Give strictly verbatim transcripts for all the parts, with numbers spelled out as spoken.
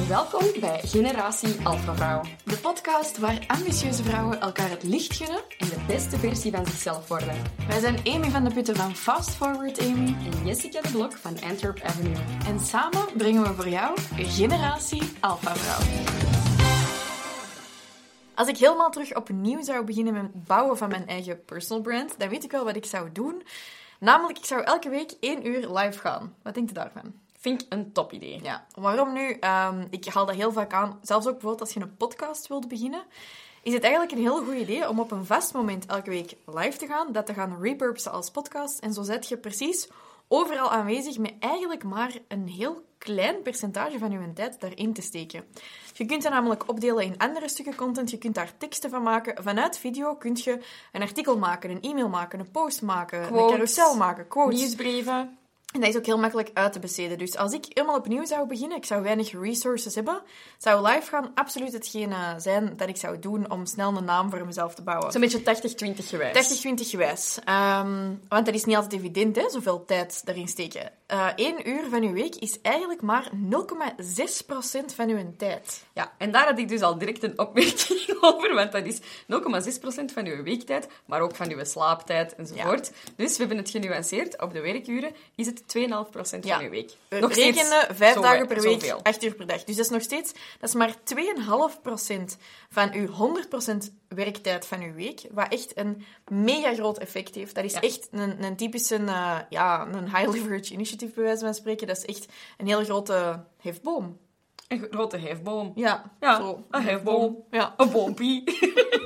Welkom bij Generatie Alpha Vrouw. De podcast waar ambitieuze vrouwen elkaar het licht gunnen En de beste versie van zichzelf worden. Wij zijn Amy van de Putten van Fast Forward Amy En Jessica de Blok van Antwerp Avenue. en samen brengen we voor jou Generatie Alpha Vrouw. Als ik helemaal terug opnieuw zou beginnen met het bouwen van mijn eigen personal brand, dan weet ik wel wat ik zou doen. Namelijk, ik zou elke week één uur live gaan. Wat denkt u daarvan? Vind ik een top idee. Ja, waarom nu? Um, ik haal dat heel vaak aan. Zelfs ook bijvoorbeeld als je een podcast wilt beginnen, is het eigenlijk een heel goed idee om op een vast moment elke week live te gaan, dat te gaan repurposen als podcast. En zo zet je precies overal aanwezig met eigenlijk maar een heel klein percentage van je tijd daarin te steken. Je kunt dat namelijk opdelen in andere stukken content. Je kunt daar teksten van maken. Vanuit video kun je een artikel maken, een e-mail maken, een post maken, Quotes, een carousel maken, quotes. Nieuwsbrieven. En dat is ook heel makkelijk uit te besteden. Dus als ik helemaal opnieuw zou beginnen, ik zou weinig resources hebben, zou live gaan absoluut hetgene zijn dat ik zou doen om snel een naam voor mezelf te bouwen. Zo'n beetje tachtig twintig gewijs. tachtig twintig gewijs. Um, want dat is niet altijd evident, hè, zoveel tijd daarin steken. Uh, één uur van uw week is eigenlijk maar nul komma zes procent van uw tijd. Ja, en daar had ik dus al direct een opmerking over, want dat is nul komma zes procent van uw weektijd, maar ook van uw slaaptijd enzovoort. Ja. Dus we hebben het genuanceerd. Op de werkuren is het twee komma vijf procent ja. van uw week. Nog rekenen vijf zo, dagen per week, zoveel. acht uur per dag. Dus dat is nog steeds, dat is maar twee komma vijf procent van uw honderd procent werktijd van uw week, wat echt een mega groot effect heeft. Dat is ja. echt een, een typische, uh, ja, een high leverage initiative, bij wijze van spreken. Dat is echt een hele grote hefboom. Een grote hefboom. Ja, ja zo. Een hefboom. Ja. Een boompie.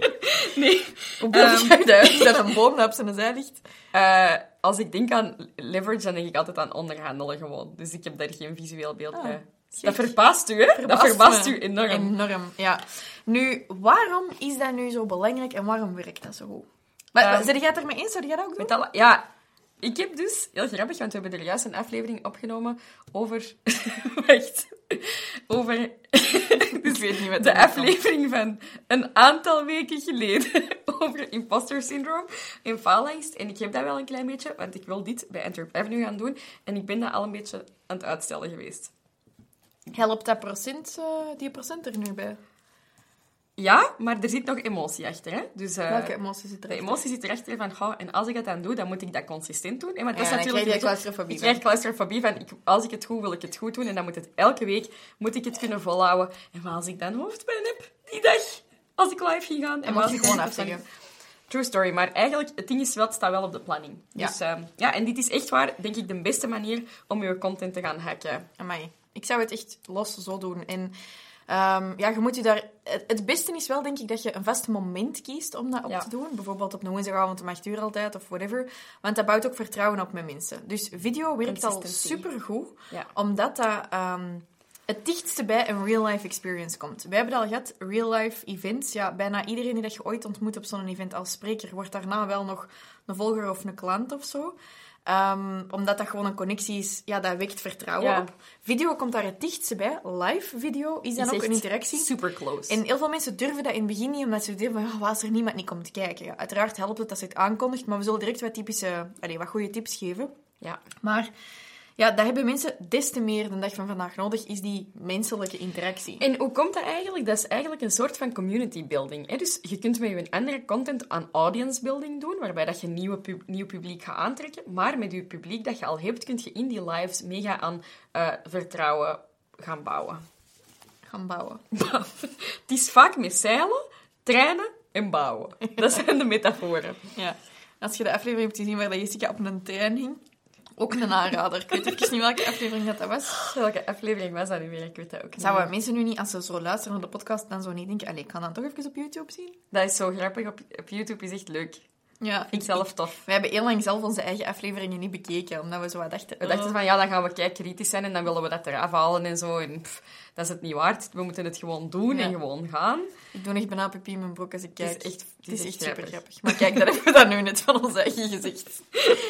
Nee. Hoe beeld je je uit dat een boom dat op zijn zij ligt? Uh, als ik denk aan leverage, dan denk ik altijd aan onderhandelen gewoon. Dus ik heb daar geen visueel beeld ah, bij. Schrik. Dat verbaast u, hè? Verbaast dat verbaast me. u enorm. Enorm, ja. Nu, waarom is dat nu zo belangrijk en waarom werkt dat zo goed? Maar, um, Zet jij het ermee eens? Zou jij dat ook doen? Met alle, ja, ik heb dus... Heel grappig, want we hebben er juist een aflevering opgenomen over... Wacht. Over... dus ik weet niet wat de aflevering van een aantal weken geleden over imposter syndroom en faalangst. En ik heb dat wel een klein beetje, want ik wil dit bij Antwerp Avenue gaan doen. En ik ben dat al een beetje aan het uitstellen geweest. Helpt dat procent, uh, die procent er nu bij? Ja, maar er zit nog emotie achter. Hè? Dus, uh, Welke emotie zit erachter? De emotie zit erachter van, goh, en als ik dat dan doe, dan moet ik dat consistent doen. En want dat ja, is natuurlijk dan krijg je claustrofobie. Ik krijg claustrofobie van, ik, als ik het goed wil ik het goed doen. En dan moet het elke week, moet ik het kunnen volhouden. En maar als ik dan hoofdpijn heb, die dag, als ik live ging gaan... En moet je gewoon afzeggen. True story, maar eigenlijk, het ding is wel, het staat wel op de planning. Ja. Dus uh, ja, en dit is echt waar, denk ik, de beste manier om je content te gaan hacken. Amai. Ik zou het echt los zo doen. En um, ja, je moet je daar... Het beste is wel, denk ik, dat je een vast moment kiest om dat op ja. te doen. Bijvoorbeeld op een woensdagavond om acht uur altijd, of whatever. Want dat bouwt ook vertrouwen op met mensen. Dus video werkt al supergoed, ja. omdat dat... Um, het dichtste bij een real-life experience komt. Wij hebben dat al gehad, real-life events. Ja, bijna iedereen die dat je ooit ontmoet op zo'n event als spreker, wordt daarna wel nog een volger of een klant of zo. Um, omdat dat gewoon een connectie is, ja, dat wekt vertrouwen ja. op. Video komt daar het dichtste bij. Live video is dan is ook een interactie. Super close. En heel veel mensen durven dat in het begin niet, omdat ze denken van, oh, als er niemand niet komt kijken. Ja, uiteraard helpt het als je het aankondigt, maar we zullen direct wat typische, allez, wat goede tips geven. Ja. Maar... Ja, dat hebben mensen des te meer de dag van vandaag nodig, is die menselijke interactie. En hoe komt dat eigenlijk? Dat is eigenlijk een soort van community building. Hè? Dus je kunt met je andere content aan audience building doen, waarbij dat je nieuwe pub- nieuw publiek gaat aantrekken. Maar met je publiek dat je al hebt, kun je in die lives mega aan uh, vertrouwen gaan bouwen. Gaan bouwen. bouwen. Het is vaak met zeilen, trainen en bouwen. Dat zijn de metaforen. Ja. Als je de aflevering hebt gezien waar Jessica op een trein hing, ook een aanrader. Ik weet even niet welke aflevering dat, dat was. Welke aflevering was dat nu weer? Ik weet dat ook niet. Zouden mensen nu niet, als ze zo luisteren naar de podcast, dan zo niet denken, allee, ik kan dan toch even op YouTube zien? Dat is zo grappig. Op, op YouTube is echt leuk. Ja, ik zelf tof. We hebben heel lang zelf onze eigen afleveringen niet bekeken, omdat we zo wat dachten... We dachten van, ja, dan gaan we kei kritisch zijn en dan willen we dat eraf halen en zo. En pff, dat is het niet waard. We moeten het gewoon doen ja. en gewoon gaan. Ik doe echt bijna pipi in mijn broek als ik kijk. Het is echt, het is echt, echt super grappig. grappig. Maar kijk, dat hebben we dan nu net van ons eigen gezicht.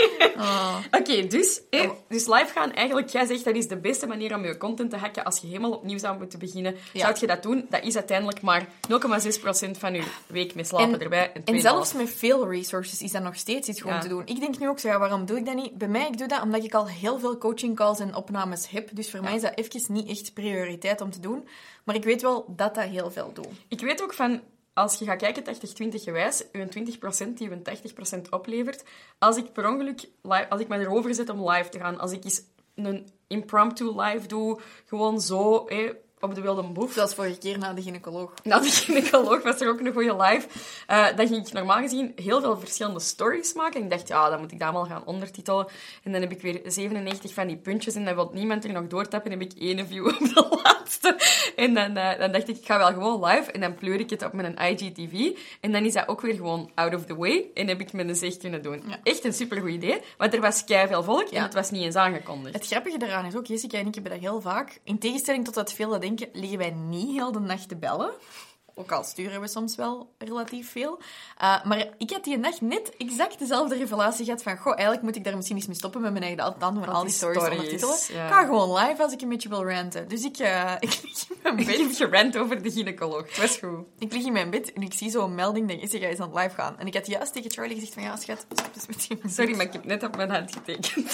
Oh. Oké, okay, dus, eh, dus live gaan, eigenlijk, jij zegt dat is de beste manier om je content te hacken. Als je helemaal opnieuw zou moeten beginnen, ja. zou je dat doen. Dat is uiteindelijk maar nul komma zes procent van je week met slapen en, erbij. En, en zelfs met veel resources is dat nog steeds iets gewoon ja. te doen. Ik denk nu ook zo, ja, waarom doe ik dat niet? Bij mij, ik doe dat omdat ik al heel veel coaching calls en opnames heb. Dus voor ja. mij is dat even niet echt prioriteit vrijheid om te doen. Maar ik weet wel dat dat heel veel doet. Ik weet ook van... Als je gaat kijken, tachtig twintig gewijs, je twintig procent die je tachtig procent oplevert. Als ik per ongeluk, live, als ik me erover zet om live te gaan, als ik eens een impromptu live doe, gewoon zo, hé, op de wilde boef. Zoals vorige keer na de gynaecoloog. Na de gynaecoloog was er ook een goede live. Uh, dan ging ik normaal gezien heel veel verschillende stories maken. En ik dacht, ja, dan moet ik dat allemaal gaan ondertitelen. En dan heb ik weer zevenennegentig van die puntjes en dan wil niemand er nog doortappen. En heb ik één view op de laatste. En dan, uh, dan dacht ik, ik ga wel gewoon live. En dan pleur ik het op mijn I G T V. En dan is dat ook weer gewoon out of the way. En heb ik met een zeg kunnen doen. Ja. Echt een supergoed idee. Want er was keiveel volk en ja. het was niet eens aangekondigd. Het grappige daaraan is ook, Jessica en ik hebben dat heel vaak. In tegenstelling tot dat velen denken, liggen wij niet heel de nacht te bellen. Ook al sturen we soms wel relatief veel. Uh, maar ik had die nacht net exact dezelfde revelatie gehad van, goh, eigenlijk moet ik daar misschien eens mee stoppen met mijn eigen dan doen al die stories ondertitelen. Ja. Ik ga gewoon live als ik een beetje wil ranten. Dus ik, uh, ik lig in mijn bed. Ik heb gerant over de gynaecoloog. Het was goed. Ik lig in mijn bed en ik zie zo'n melding dat Jessica is aan het live gaan. En ik had juist tegen Charlie gezegd van, ja, schat, stop eens met die. Sorry, maar ik heb net op mijn hand getekend.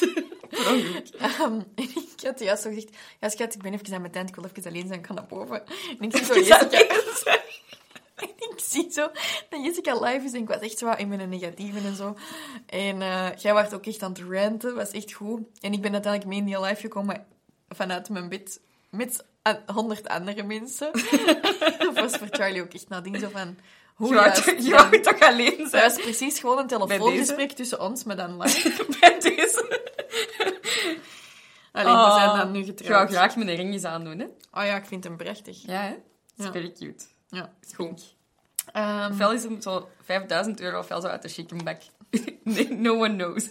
um, en ik had juist zo gezegd, ja, schat, ik ben even aan mijn tent, ik wil even alleen zijn, ik ga naar boven. En ik zie zo Jessica... En ik zie zo dat Jessica live is en ik was echt zo in mijn negatieven en zo. En uh, jij was ook echt aan het ranten, was echt goed. En ik ben uiteindelijk mee in die live gekomen vanuit mijn bed met honderd andere mensen. Dat was voor Charlie ook echt nadien zo van... Hoe je wou, je wou toch alleen zijn? Dat was precies gewoon een telefoongesprek tussen ons, maar dan live. Bij deze. Alleen, oh, we zijn dan nu getrouwd. Ik wou graag mijn ring eens aandoen, hè? Oh ja, ik vind hem prachtig. Ja, hè? Ja. Very cute. Ja, is goed. Um, ofwel is hem zo vijfduizend euro, ofwel zo uit de chicken bag. No one knows.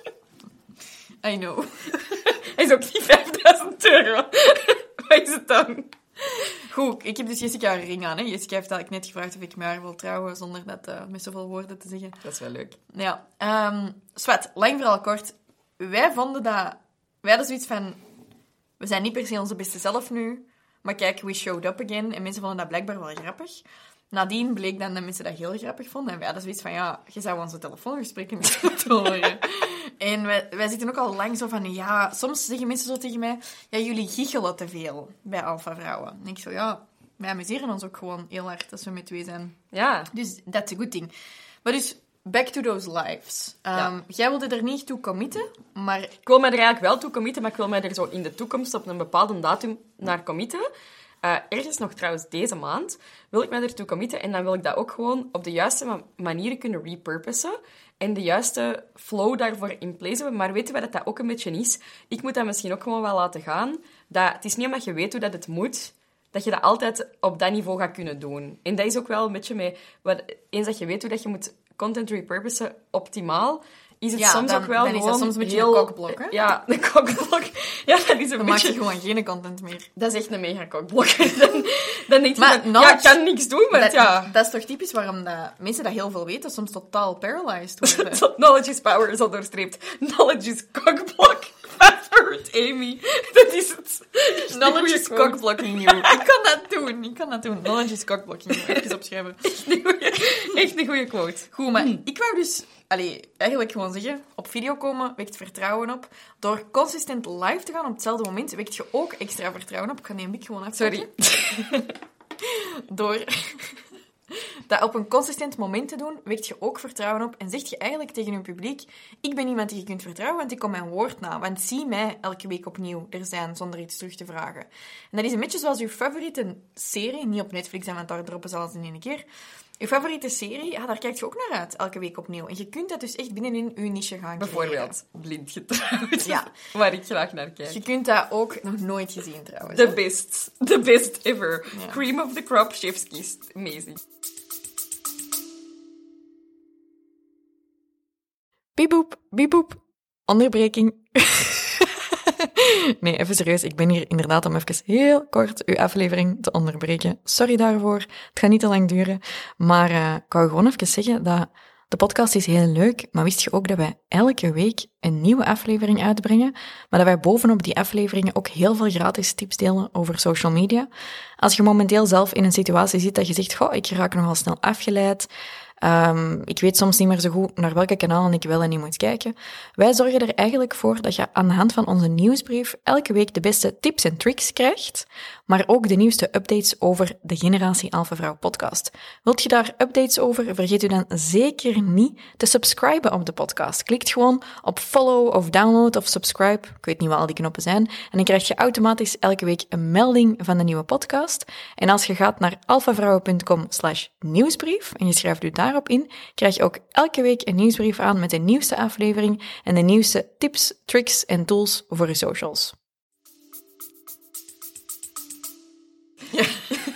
I know. Hij is ook niet vijfduizend euro. Wat is het dan? Goed, ik heb dus Jessica een ring aan. Hè. Jessica heeft eigenlijk net gevraagd of ik met haar wil trouwen, zonder dat uh, met zoveel woorden te zeggen. Dat is wel leuk. Ja. Um, Swat, lang vooral kort. Wij vonden dat... Wij hadden zoiets van... We zijn niet per se onze beste zelf nu, maar kijk, we showed up again. En mensen vonden dat blijkbaar wel grappig. Nadien bleek dan dat mensen dat heel grappig vonden. En wij hadden zoiets van, ja, je zou onze telefoongesprekken moeten horen. En wij, wij zitten ook al lang zo van, ja... Soms zeggen mensen zo tegen mij, ja, jullie giechelen te veel bij Alpha Vrouwen. En ik zo, ja, wij amuseren ons ook gewoon heel hard als we met twee zijn. Ja. Dus dat is een goed ding. Maar dus, back to those lives. Um, ja. Jij wilde er niet toe committen, maar... Ik wil mij er eigenlijk wel toe committen, maar ik wil mij er zo in de toekomst op een bepaalde datum naar committen. Uh, ergens nog trouwens deze maand wil ik mij ertoe committen en dan wil ik dat ook gewoon op de juiste ma- manieren kunnen repurposen en de juiste flow daarvoor in place hebben. Maar weten we dat dat ook een beetje is? Ik moet dat misschien ook gewoon wel laten gaan. Dat, het is niet omdat je weet hoe dat het moet, dat je dat altijd op dat niveau gaat kunnen doen. En dat is ook wel een beetje mee... Wat, eens dat je weet hoe dat je moet content repurposen optimaal... Is het ja, soms dan, ook wel dan is dat soms een beetje heel... een kokblok, hè? Ja, een kokblok. Ja, dat is een dan beetje... maak je gewoon geen content meer. Dat is echt een mega kokblok. Dan, dan denk je maar van, ja, ik kan niks doen, maar dat, ja... Dat is toch typisch waarom dat mensen dat heel veel weten, soms totaal paralyzed worden. Knowledge is power is al doorstreept. Knowledge is kokblok. Favorite Amy. Dat is het. Knowledge is cockblocking you. Ik kan dat doen. Ik kan dat doen. Knowledge is cockblocking you. Even opschrijven. Echt een goede quote. Goed, maar hm. ik wou dus... Allee, eigenlijk gewoon zeggen, op video komen wekt vertrouwen op. Door consistent live te gaan op hetzelfde moment wekt je ook extra vertrouwen op. Ik ga die bik gewoon afzetten. Sorry. Door dat op een consistent moment te doen, wekt je ook vertrouwen op en zegt je eigenlijk tegen je publiek, ik ben iemand die je kunt vertrouwen, want ik kom mijn woord na. Want zie mij elke week opnieuw er zijn, zonder iets terug te vragen. En dat is een beetje zoals je favoriete serie, niet op Netflix, want daar droppen ze alles in één keer. Je favoriete serie, ja, daar kijk je ook naar uit, elke week opnieuw. En je kunt dat dus echt binnenin je niche gaan krijgen. Bijvoorbeeld Blind Getrouwd, ja. waar ik graag naar kijk. Je kunt dat ook nog nooit gezien, trouwens. The best. The best ever. Ja. Cream of the crop, chef's kiss. Amazing. Bieboep, bieboep. Onderbreking. Nee, even serieus. Ik ben hier inderdaad om even heel kort uw aflevering te onderbreken. Sorry daarvoor. Het gaat niet te lang duren. Maar uh, ik wou gewoon even zeggen dat de podcast is heel leuk. Maar wist je ook dat wij elke week een nieuwe aflevering uitbrengen? Maar dat wij bovenop die afleveringen ook heel veel gratis tips delen over social media. Als je momenteel zelf in een situatie zit dat je zegt, goh, ik raak nogal snel afgeleid. Um, ik weet soms niet meer zo goed naar welke kanalen ik wel en niet moet kijken. Wij zorgen er eigenlijk voor dat je aan de hand van onze nieuwsbrief elke week de beste tips en tricks krijgt, maar ook de nieuwste updates over de Generatie Alpha Vrouw podcast. Wilt je daar updates over? Vergeet u dan zeker niet te subscriben op de podcast. Klik gewoon op follow of download of subscribe. Ik weet niet wat al die knoppen zijn. En dan krijg je automatisch elke week een melding van de nieuwe podcast. En als je gaat naar alphavrouwen.com slash nieuwsbrief en je schrijft u daarop in, krijg je ook elke week een nieuwsbrief aan met de nieuwste aflevering en de nieuwste tips, tricks en tools voor je socials. Ja.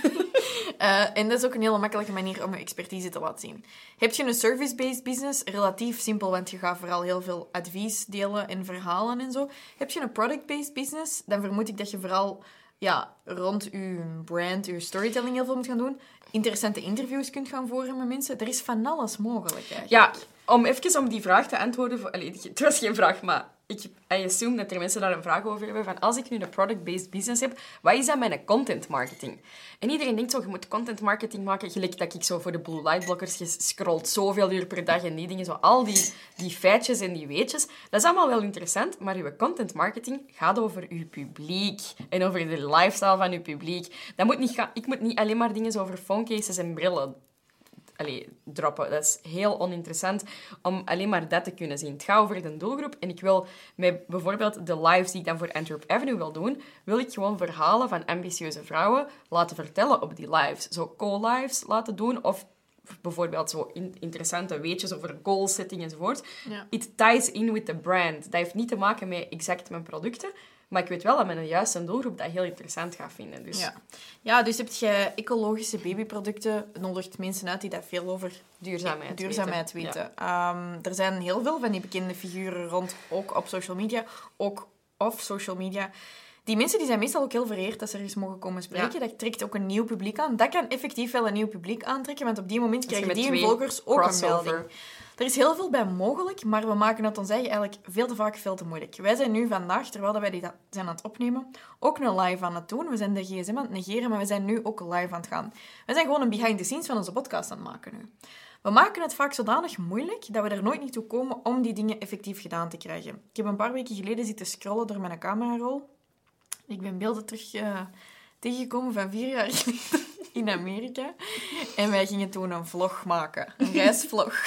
Uh, en dat is ook een hele makkelijke manier om je expertise te laten zien. Heb je een service-based business? Relatief simpel, want je gaat vooral heel veel advies delen en verhalen en zo. Heb je een product-based business? Dan vermoed ik dat je vooral ja, rond je brand, je storytelling heel veel moet gaan doen. Interessante interviews kunt gaan voeren met mensen. Er is van alles mogelijk eigenlijk. Ja, om even om die vraag te antwoorden... Voor, allez, het was geen vraag, maar ik I assume dat er mensen daar een vraag over hebben. Van als ik nu een product-based business heb, wat is dan mijn content marketing? En iedereen denkt zo, je moet content marketing maken. Gelijk dat ik zo voor de blue light blockers, je scrolt zoveel uur per dag en die dingen. Zo, al die, die feitjes en die weetjes. Dat is allemaal wel interessant, maar je content marketing gaat over je publiek. En over de lifestyle van je publiek. Dat moet niet gaan, ik moet niet alleen maar dingen over phonecases en brillen Allee, droppen. Dat is heel oninteressant om alleen maar dat te kunnen zien. Het gaat over de doelgroep. En ik wil met bijvoorbeeld de lives die ik dan voor Antwerp Avenue wil doen, wil ik gewoon verhalen van ambitieuze vrouwen laten vertellen op die lives. Zo co-lives laten doen of bijvoorbeeld zo in, interessante weetjes over goal setting enzovoort. Ja. It ties in with the brand. Dat heeft niet te maken met exact mijn producten, maar ik weet wel dat mijn juiste doelgroep dat heel interessant gaat vinden. Dus. Ja. ja, dus heb je ecologische babyproducten, nodigt mensen uit die dat veel over duurzaamheid, duurzaamheid weten. weten. Ja. Um, er zijn heel veel van die bekende figuren rond, ook op social media, ook off social media. Die mensen die zijn meestal ook heel vereerd dat ze er eens mogen komen spreken. Ja. Dat trekt ook een nieuw publiek aan. Dat kan effectief wel een nieuw publiek aantrekken, want op die moment krijgen die volgers ook crossover. Een melding. Er is heel veel bij mogelijk, maar we maken het ons eigen eigenlijk veel te vaak veel te moeilijk. Wij zijn nu vandaag, terwijl wij die zijn aan het opnemen, ook een live aan het doen. We zijn de gsm aan het negeren, maar we zijn nu ook live aan het gaan. We zijn gewoon een behind the scenes van onze podcast aan het maken nu. We maken het vaak zodanig moeilijk dat we er nooit niet toe komen om die dingen effectief gedaan te krijgen. Ik heb een paar weken geleden zitten scrollen door mijn camerarol. Ik ben beelden terug uh, tegengekomen van vier jaar geleden in Amerika. En wij gingen toen een vlog maken. Een reisvlog.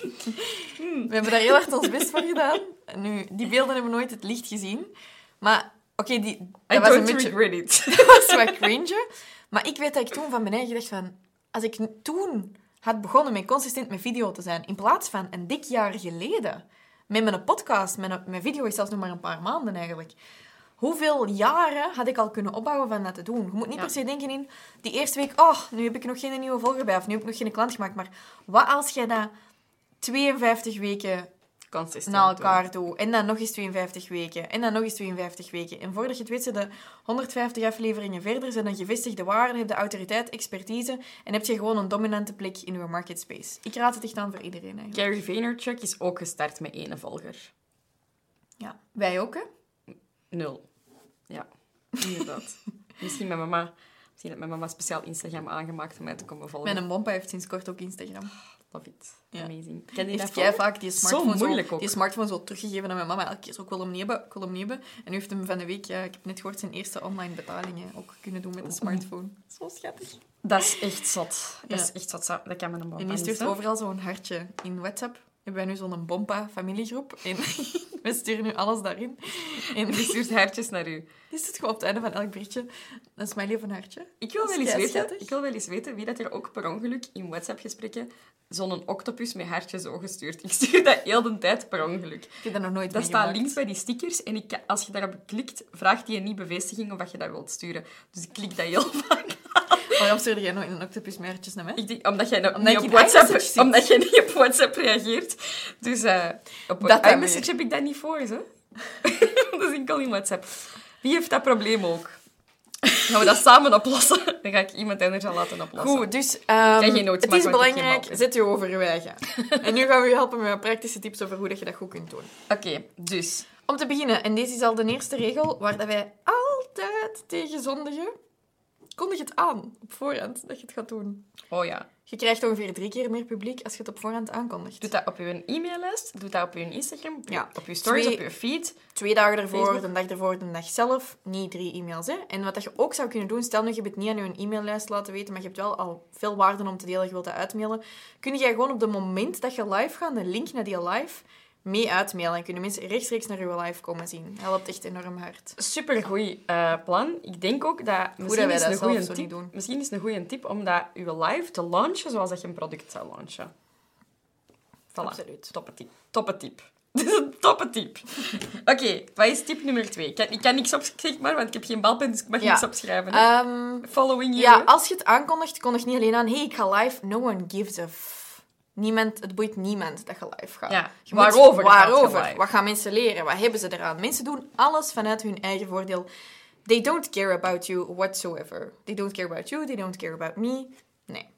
We hebben daar heel hard ons best voor gedaan. Nu, die beelden hebben nooit het licht gezien. Maar, oké, okay, die... I was don't een beetje, regret it. Dat was wat cringe. Maar ik weet dat ik toen van mijn eigen dacht van... Als ik toen had begonnen met consistent met video te zijn, in plaats van een dik jaar geleden, met mijn podcast, mijn, mijn video is zelfs nog maar een paar maanden eigenlijk... Hoeveel jaren had ik al kunnen opbouwen van dat te doen? Je moet niet ja. per se denken in die eerste week... Oh, nu heb ik nog geen nieuwe volger bij. Of nu heb ik nog geen klant gemaakt. Maar wat als jij dat tweeënvijftig weken consistent na elkaar doet? En dan nog eens tweeënvijftig weken. En dan nog eens tweeënvijftig weken. En voordat je het weet, zijn de honderdvijftig afleveringen verder. Zijn dan gevestigde waarden, heb je autoriteit, expertise. En heb je gewoon een dominante plek in je market space. Ik raad het echt aan voor iedereen eigenlijk. Gary Vaynerchuk is ook gestart met één volger. Ja, wij ook, hè? Nul. Ja, inderdaad. Misschien mijn mama... Misschien heeft mijn mama speciaal Instagram aangemaakt om mij te komen volgen. Mijn bompa heeft sinds kort ook Instagram. Love it. Ja. Amazing. Ken je heeft dat jij vaak die smartphone zo, moeilijk zo, ook. die smartphone zo teruggegeven aan mijn mama? Elke keer zo, ik wil hem niet hebben, ik wil hem niet hebben. En nu heeft hem van de week, ja, ik heb net gehoord, zijn eerste online betalingen ook kunnen doen met de smartphone. Zo schattig. Dat is echt zot. Dat ja. is echt zot. Dat kan met een bompa. En die stuurt overal zo'n hartje. In WhatsApp hebben wij nu zo'n bompa familiegroep. En we sturen nu alles daarin. En die stuurt hartjes naar u. Die zit gewoon op het einde van elk berichtje een smiley of een hartje. Ik wil, wel eens weten, ik wil wel eens weten wie dat er ook per ongeluk in WhatsApp-gesprekken zo'n octopus met hartjes zo gestuurd. Ik stuur dat heel de tijd per ongeluk. Ik heb dat nog nooit Dat staat links bij die stickers. En ik, als je daarop klikt, vraagt hij een niet bevestiging of wat je dat wilt sturen. Dus ik klik dat heel vaak. Waarom stuurde jij nooit een octopus met hartjes naar mij? Ik denk, omdat jij, omdat niet, op WhatsApp, omdat jij niet op WhatsApp reageert. Dus uh, op iMessage heb ik dat niet voor, zo. Dat is enkel in WhatsApp. Wie heeft dat probleem ook? Gaan we dat samen oplossen? Dan ga ik iemand anders al laten oplossen. Goed, dus um, notes, het is belangrijk, zet je overwegen. En nu gaan we je helpen met praktische tips over hoe dat je dat goed kunt doen. Oké, okay, dus... Om te beginnen, en deze is al de eerste regel waar dat wij altijd tegen zondigen. kondig het aan op voorhand dat je het gaat doen. Oh ja. Je krijgt ongeveer drie keer meer publiek als je het op voorhand aankondigt. Doe dat op je e-maillijst, doe dat op je Instagram, op je, Ja. op je stories, Twee- op je feed. Twee dagen ervoor, Facebook. de dag ervoor, de dag zelf. Niet drie e-mails, hè. En wat dat je ook zou kunnen doen, stel nu, je hebt het niet aan je e-maillijst laten weten, maar je hebt wel al veel waarden om te delen, je wilt dat uitmailen, kun jij gewoon op het moment dat je live gaat, de link naar die live, mee uitmailen. En kunnen mensen rechtstreeks naar je live komen zien. Dat helpt echt enorm hard. Supergoeie eh plan. Ik denk ook dat misschien wij is dat een zelf goede zo tip. niet doen. Misschien is het een goede tip om dat je live te launchen zoals dat je een product zou launchen. Voilà. Absoluut. Toppe tip. Toppe tip. Dit is een toppe tip. Oké, okay, wat is tip nummer twee? Ik kan, ik kan niks opschrijven, maar, want ik heb geen balpen, dus ik mag Ja. niks opschrijven. Hè? Um, Following you. ja, hè? als je het aankondigt, kondig niet alleen aan, hey, ik ga live. No one gives a f... Niemand, het boeit niemand dat je live gaat. Ja, Je moet- waarover gaat je waarover? live? Wat gaan mensen leren? Wat hebben ze eraan? Mensen doen alles vanuit hun eigen voordeel. They don't care about you whatsoever. They don't care about you, they don't care about me. Nee.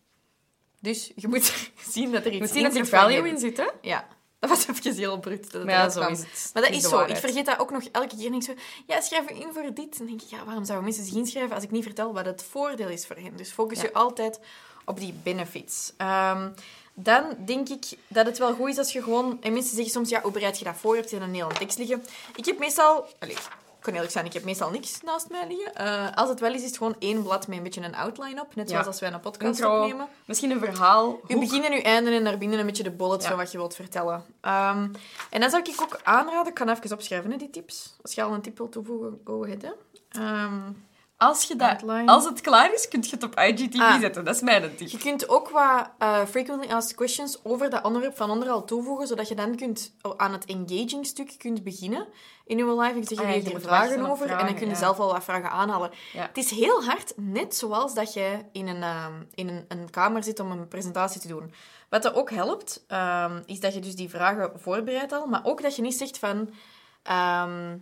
Dus je moet zien dat er iets Misschien dat er zit voor value hen. in zit, hè? Ja. Dat was even heel bruut. Dat Maar ja, het zo kwam. is het. Maar dat is is de zo. Ik waarheid. vergeet dat ook nog elke keer. En ik zo, ja, schrijf je in voor dit. En dan denk ik, ja, waarom zouden mensen zich inschrijven als ik niet vertel wat het voordeel is voor hen? Dus focus Ja. je altijd op die benefits. Ehm, dan denk ik dat het wel goed is als je gewoon... En mensen zeggen soms, ja, hoe bereid je dat voor? Heb je een hele tekst liggen? Ik heb meestal... Allez, ik kan eerlijk zijn, ik heb meestal niks naast mij liggen. Eh, als het wel is, is het gewoon één blad met een beetje een outline op. Net zoals Ja. als wij een podcast Intro, opnemen. misschien een verhaal. Je hoek. begin en je einde en daarbinnen een beetje de bullets Ja. van wat je wilt vertellen. Ehm, en dan zou ik ook aanraden, ik kan even opschrijven, hè, die tips. Als je al een tip wilt toevoegen, go ahead. Hè. Ehm, Als, je dat, Outline. als het klaar is, kun je het op I G T V Ah. zetten. Dat is mijn tip. je kunt ook wat uh, frequently asked questions over dat onderwerp van onder al toevoegen, zodat je dan kunt, aan het engaging stuk kunt beginnen in je live. Ik zeg, Ah je ja, hebt je hier moet vragen wachten op over en vragen, dan kun je ja. zelf al wat vragen aanhalen. Ja. Het is heel hard, net zoals dat je in een, ehm, in een, een kamer zit om een presentatie te doen. Wat dat ook helpt, ehm, is dat je dus die vragen voorbereidt al, maar ook dat je niet zegt van... ehm,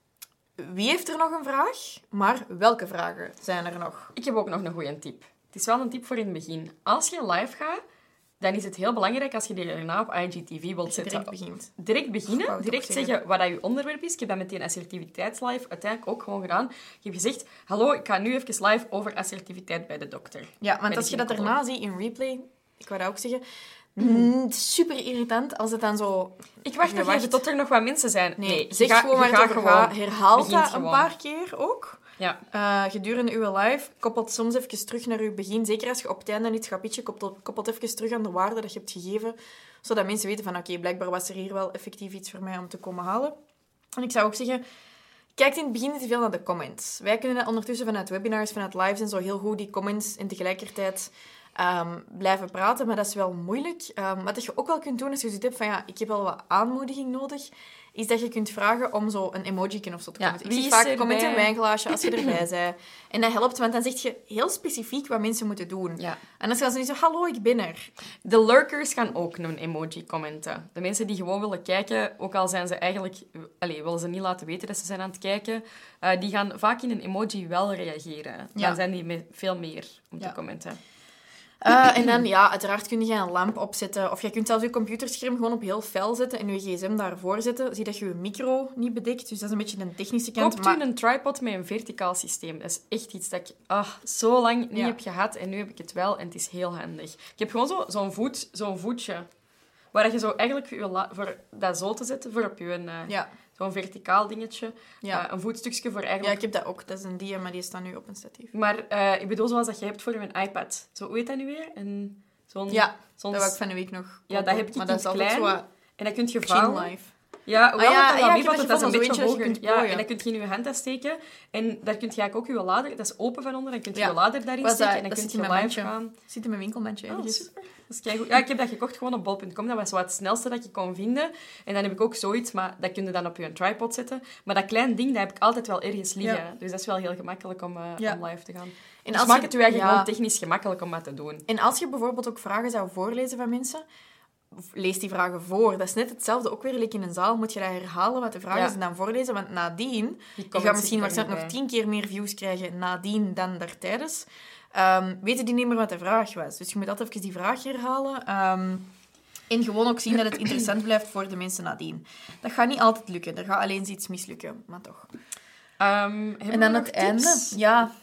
wie heeft er nog een vraag? Maar welke vragen zijn er nog? Ik heb ook nog een goede tip. Het is wel een tip voor in het begin. Als je live gaat, dan is het heel belangrijk als je die daarna op I G T V wilt Dat je zetten. direct begint. Direct Ik beginnen, wou het direct ook zeggen. zeggen wat dat je onderwerp is. Ik heb dat met die assertiviteitslive uiteindelijk ook gewoon gedaan. Je hebt gezegd, hallo, ik ga nu even live over assertiviteit bij de dokter. Ja, want Bij als de je dat gynaecoloog. daarna ziet in replay, ik wou dat ook zeggen, mm, super irritant als het dan zo... Ik wacht Je nog wacht. even tot er nog wat mensen zijn. Nee, je zeg gaat- gewoon je waar het gaat over gewoon. gaat. Herhaal Begint dat een gewoon. paar keer ook. Ja. Uh, gedurende uw live, koppelt soms even terug naar uw begin. Zeker als je op het einde niet gaat pitchen, koppelt, koppelt even terug aan de waarde dat je hebt gegeven. Zodat mensen weten van, oké, blijkbaar was er hier wel effectief iets voor mij om te komen halen. En ik zou ook zeggen, kijk in het begin niet te veel naar de comments. Wij kunnen dat ondertussen vanuit webinars, vanuit lives en zo heel goed, die comments, en tegelijkertijd um, blijven praten. Maar dat is wel moeilijk. Um, wat je ook wel kunt doen, als je zoiets hebt van, ja, ik heb wel wat aanmoediging nodig, is dat je kunt vragen om zo een emoji of zo te Ja, commenten. wie Ik is zie vaak erbij? comment in een wijnglaasje als je erbij bent. En dat helpt, want dan zeg je heel specifiek wat mensen moeten doen. Ja. En dan gaan ze niet zo, hallo, ik ben er. De lurkers gaan ook een emoji commenten. De mensen die gewoon willen kijken, ook al zijn ze eigenlijk... Allez, willen ze niet laten weten dat ze zijn aan het kijken, uh, die gaan vaak in een emoji wel reageren. Ja. Dan zijn die met veel meer om Ja. te commenten. Uh, en dan, ja, uiteraard kun je een lamp opzetten. Of je kunt zelfs je computerscherm gewoon op heel fel zetten en je gsm daarvoor zetten. Zie dat je je micro niet bedekt. Dus dat is een beetje een technische kant. Koopt maar... u een tripod met een verticaal systeem. Dat is echt iets dat ik ah, zo lang niet Ja. heb gehad. En nu heb ik het wel en het is heel handig. Ik heb gewoon zo, zo'n, voet, zo'n voetje. Waar je zo eigenlijk je la- voor dat zo te zetten, voor op je... Uh, Ja. Zo'n verticaal dingetje. Ja. Uh, een voetstukje voor ja, eigenlijk... ik heb dat ook. Dat is een dia, maar die staat nu op een statief. Maar uh, ik bedoel zoals dat je hebt voor je iPad. Zo, hoe heet dat nu weer? Een, zo'n, Ja, zo'n... dat wou ik van de week nog Ja, dat heb ik maar in dat is altijd klein. zo wat En dat kun je chin vouwen. life. Ja, Ah, wel ja, dat ja, wel ik heb want dat dat is een gevonden, beetje zo eentje dat je hoger. kunt Ja, plooien. en dan kun je in je hand dat steken. En daar kun je eigenlijk ook je lader... Dat is open van onder. Dan kun je Ja. je lader daarin Was dat- steken. En dan dat kun zit je in mijn live mandje. gaan. Zit in mijn winkelmandje Oh, ergens. super. Dat is keigoed. Ja, ik heb dat gekocht gewoon op bol punt com. Dat was zo het snelste dat je kon vinden. En dan heb ik ook zoiets, maar dat kun je dan op je tripod zetten. Maar dat klein ding, dat heb ik altijd wel ergens liggen. Ja. Dus dat is wel heel gemakkelijk om, uh, Ja. om live te gaan. En Dus als maak je- het u eigenlijk ja. gewoon technisch gemakkelijk om dat te doen. En als je bijvoorbeeld ook vragen zou voorlezen van mensen, lees die vragen voor. Dat is net hetzelfde. Ook weer like in een zaal moet je dat herhalen wat de vraag Ja. is en dan voorlezen. Want nadien, Die je gaat comments misschien zitten waarschijnlijk nog er tien keer meer views krijgen nadien dan daartijdens. Um, weten die niet meer wat de vraag was. Dus je moet altijd even die vraag herhalen. Um, en gewoon ook zien dat het interessant blijft voor de mensen nadien. Dat gaat niet altijd lukken. Er gaat alleen iets mislukken, maar toch. bij. Um, hebben En dan we het nog einde. tips? Ja,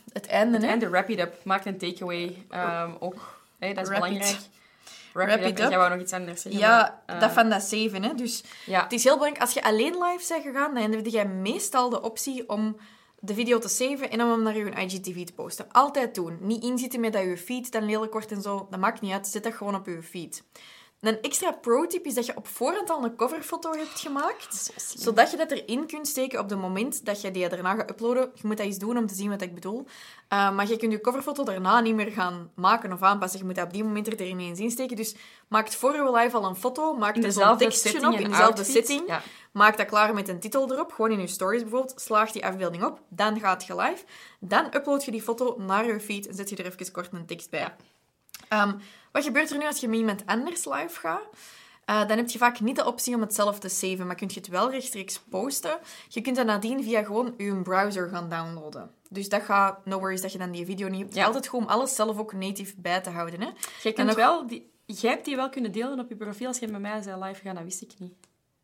het einde, hè? En de wrap it up. Maak een takeaway um, ook. Hey, dat is Wrap belangrijk. it. Wrap, Wrap it up. it En up. jij wou nog iets anders zeggen? Ja, maar, uh, dat van dat saven, hè. Dus ja. het is heel belangrijk. Als je alleen live bent gegaan, dan heb je meestal de optie om de video te saven en om hem naar je I G T V te posten. Altijd doen. Niet inzitten met dat je feed dan lelijk wordt en zo. Dat maakt niet uit. Zet dat gewoon op je feed. Een extra pro-tip is dat je op voorhand al een coverfoto hebt gemaakt, zodat je dat erin kunt steken op het moment dat je die daarna gaat uploaden. Je moet dat eens doen om te zien wat ik bedoel. Uh, maar je kunt je coverfoto daarna niet meer gaan maken of aanpassen. Je moet dat op die moment er ineens insteken. Dus maak voor je live al een foto, maak er zo'n tekstje op, in dezelfde setting. Ja. Maak dat klaar met een titel erop, gewoon in je stories bijvoorbeeld. Slaag die afbeelding op, dan gaat je live. Dan upload je die foto naar je feed en zet je er even kort een tekst bij. Ja. Um, wat gebeurt er nu als je met iemand anders live gaat? Uh, dan heb je vaak niet de optie om het zelf te saven, maar kun je het wel rechtstreeks posten. Je kunt dat nadien via gewoon je browser gaan downloaden. Dus dat gaat, no worries dat je dan die video niet hebt. Ja. Altijd gewoon alles zelf ook native bij te houden. Hè? Jij, kunt nog... wel die... Jij hebt die wel kunnen delen op je profiel als je met mij zei live gaan, dat wist ik niet.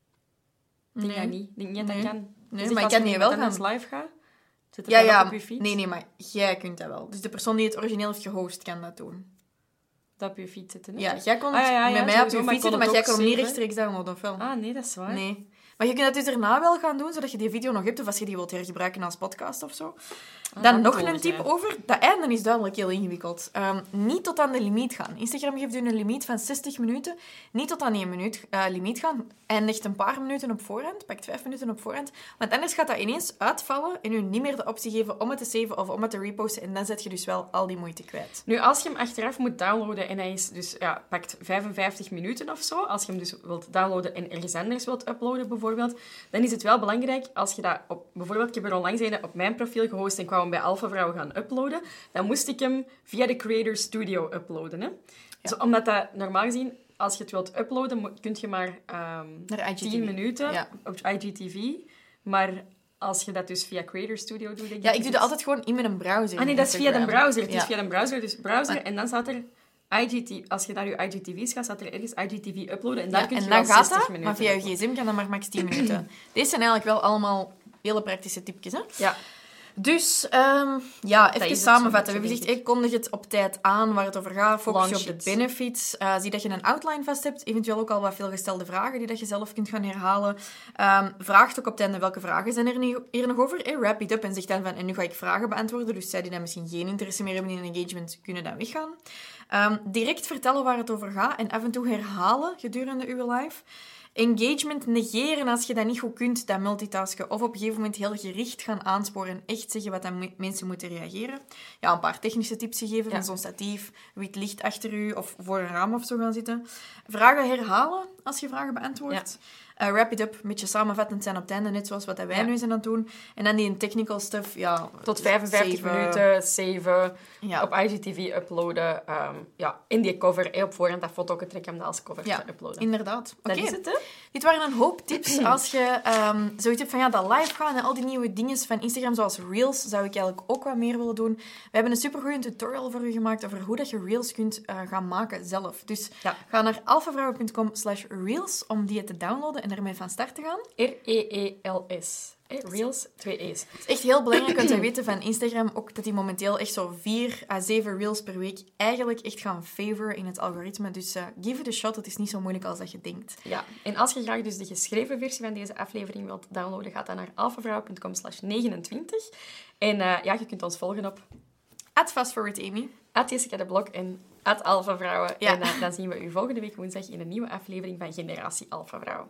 Ik denk nee. dat niet. Ik denk niet dat nee. dat kan. Nee, dus maar ik kan niet wel gaan. Als live gaat, zit het ja, dan ja. op je feed? Nee, nee, maar jij kunt dat wel. Dus de persoon die het origineel heeft gehost, kan dat doen. Dat op je feed zitten, hè? Ja, jij kon ah, ja, ja, met ja, mij sowieso, op je feed zitten, maar jij kon hem niet rechtstreeks downloaden, of wel? Ah, nee, dat is waar. Nee. Maar je kunt dat dus daarna wel gaan doen, zodat je die video nog hebt, of als je die wilt hergebruiken als podcast of zo. Ah, Dan nog een tip zijn. over. Dat einde is duidelijk heel ingewikkeld. Um, niet tot aan de limiet gaan. Instagram geeft u een limiet van zestig minuten. Niet tot aan één minuut uh, limiet gaan. Eindigt een paar minuten op voorhand. Pakt vijf minuten op voorhand. Want anders gaat dat ineens uitvallen en u niet meer de optie geven om het te saven of om het te reposten. En dan zet je dus wel al die moeite kwijt. Nu, als je hem achteraf moet downloaden en hij is dus, ja, pakt vijfenvijftig minuten of zo. Als je hem dus wilt downloaden en ergens anders wilt uploaden bijvoorbeeld, dan is het wel belangrijk als je dat op... Bijvoorbeeld, ik heb er onlangs een op mijn profiel gehost en ik wou hem bij Alpha Vrouw gaan uploaden. Dan moest ik hem via de Creator Studio uploaden. Hè? Ja. Zo, omdat dat normaal gezien, als je het wilt uploaden, kun je maar um, tien minuten ja. op I G T V. Maar als je dat dus via Creator Studio doet... Denk ja, ik doe dat altijd gewoon in mijn browser. Ah nee, dat is via de browser. Het ja. is via de browser, dus browser. En dan staat er... I G T V, als je naar je I G T V's gaat, staat er ergens I G T V uploaden. En dan ja, kun je en dan wel gaat zestig dat, minuten maar via je gsm kan dat maar max tien minuten. Deze zijn eigenlijk wel allemaal hele praktische tipjes, hè? Ja. Dus, um, ja, even samenvatten. We hebben gezegd, kondig het op tijd aan waar het over gaat. Focus je op de benefits. Uh, zie dat je een outline vast hebt. Eventueel ook al wat veelgestelde vragen die dat je zelf kunt gaan herhalen. Um, vraag ook op het einde welke vragen zijn er hier nog over. Hey, wrap it up en zeg dan van, en nu ga ik vragen beantwoorden. Dus zij die dan misschien geen interesse meer hebben in engagement, kunnen dan weggaan. Um, direct vertellen waar het over gaat en af en toe herhalen gedurende uw live. Engagement negeren als je dat niet goed kunt, dat multitasken. Of op een gegeven moment heel gericht gaan aansporen en echt zeggen wat dan mensen moeten reageren. Ja, een paar technische tips geven, ja. van zo'n statief, wit licht achter u of voor een raam of zo gaan zitten. Vragen herhalen als je vragen beantwoordt. Ja. Uh, wrap it up, een beetje samenvattend zijn op het einde, net zoals wat wij ja. nu zijn aan het doen. En dan die technical stuff, ja... Tot vijfenvijftig save, minuten, saven, ja. op I G T V uploaden. Um, ja, in die cover, eh, op voorhand dat foto trekken om dat als cover ja, te uploaden. Inderdaad. Oké, okay. Dat is het, hè? Dit waren een hoop tips als je um, zoiets hebt van ja, dat live gaan en al die nieuwe dingen van Instagram, zoals Reels, zou ik eigenlijk ook wat meer willen doen. We hebben een supergoeie tutorial voor u gemaakt over hoe dat je Reels kunt uh, gaan maken zelf. Dus ja. ga naar alphavrouwen punt com slash reels om die te downloaden en ermee van start te gaan. R E E L S. Hey, Reels, twee E's. Het is echt heel belangrijk om te weten van Instagram ook dat die momenteel echt zo vier à zeven Reels per week eigenlijk echt gaan favoren in het algoritme. Dus uh, give it a shot, het is niet zo moeilijk als dat je denkt. Ja, en als je graag dus de geschreven versie van deze aflevering wilt downloaden, ga dan naar alphavrouwen punt com slash negenentwintig. En uh, ja, je kunt ons volgen op... at fastforwardamy. at Jessica de Blok en at alphavrouwen. Ja. En uh, dan zien we u volgende week woensdag in een nieuwe aflevering van Generatie Alphavrouwen.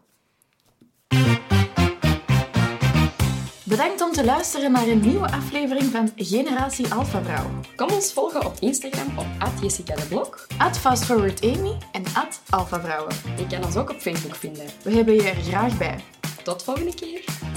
Bedankt om te luisteren naar een nieuwe aflevering van Generatie Alphavrouw. Kom ons volgen op Instagram op at Jessica de Blok, at fastforwardamy en at alphavrouwen. Je kan ons ook op Facebook vinden. We hebben je er graag bij. Tot volgende keer.